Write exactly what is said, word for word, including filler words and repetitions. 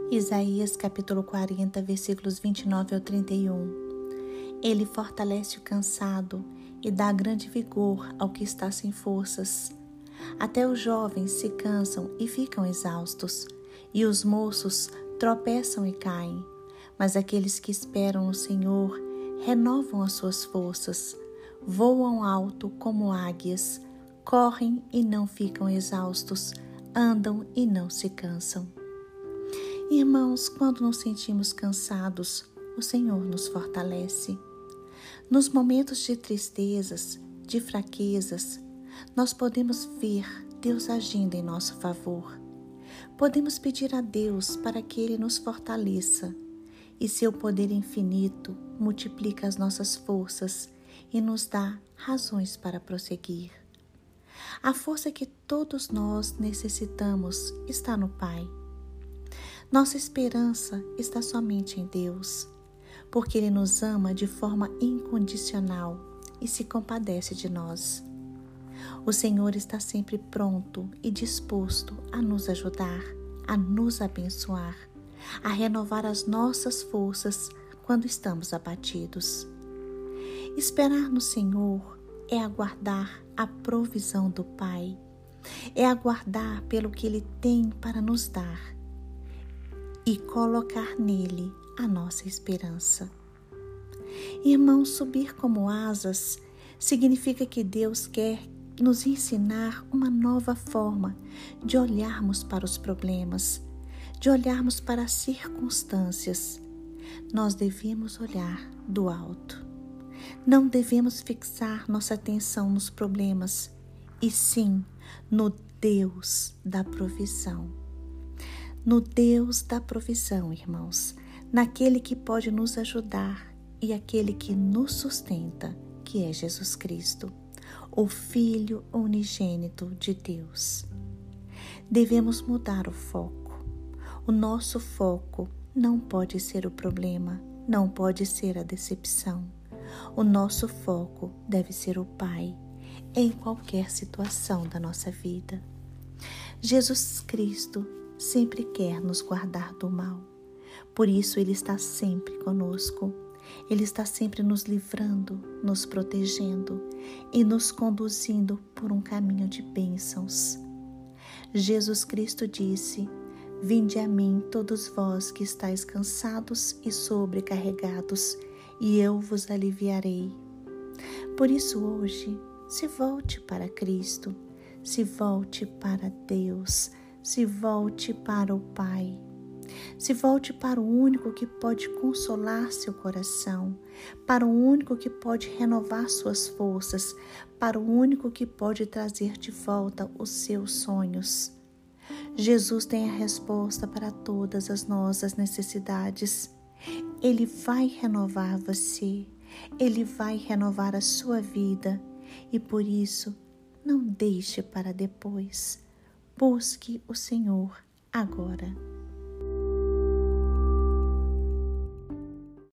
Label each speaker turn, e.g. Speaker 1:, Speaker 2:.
Speaker 1: Isaías capítulo quarenta, versículos vinte e nove ao trinta e um. Ele fortalece o cansado e dá grande vigor ao que está sem forças. Até os jovens se cansam e ficam exaustos, e os moços tropeçam e caem. Mas aqueles que esperam no Senhor renovam as suas forças, voam alto como águias, correm e não ficam exaustos, andam e não se cansam. Irmãos, quando nos sentimos cansados, o Senhor nos fortalece. Nos momentos de tristezas, de fraquezas, nós podemos ver Deus agindo em nosso favor. Podemos pedir a Deus para que Ele nos fortaleça, e seu poder infinito multiplica as nossas forças e nos dá razões para prosseguir. A força que todos nós necessitamos está no Pai. Nossa esperança está somente em Deus, porque Ele nos ama de forma incondicional e se compadece de nós. O Senhor está sempre pronto e disposto a nos ajudar, a nos abençoar, a renovar as nossas forças quando estamos abatidos. Esperar no Senhor é aguardar a provisão do Pai, é aguardar pelo que Ele tem para nos dar e colocar nele a nossa esperança. Irmãos, subir como asas significa que Deus quer nos ensinar uma nova forma de olharmos para os problemas, de olharmos para as circunstâncias. Nós devemos olhar do alto. Não devemos fixar nossa atenção nos problemas, e sim no Deus da provisão. No Deus da provisão, irmãos, naquele que pode nos ajudar e aquele que nos sustenta, que é Jesus Cristo, o Filho unigênito de Deus. Devemos mudar o foco. O nosso foco não pode ser o problema, não pode ser a decepção. O nosso foco deve ser o Pai, em qualquer situação da nossa vida. Jesus Cristo sempre quer nos guardar do mal. Por isso Ele está sempre conosco. Ele está sempre nos livrando, nos protegendo e nos conduzindo por um caminho de bênçãos. Jesus Cristo disse: "Vinde a mim todos vós que estáis cansados e sobrecarregados, e eu vos aliviarei." Por isso hoje, se volte para Cristo, se volte para Deus, se volte para o Pai. Se volte para o único que pode consolar seu coração, para o único que pode renovar suas forças, para o único que pode trazer de volta os seus sonhos. Jesus tem a resposta para todas as nossas necessidades. Ele vai renovar você, Ele vai renovar a sua vida, e por isso não deixe para depois. Busque o Senhor agora.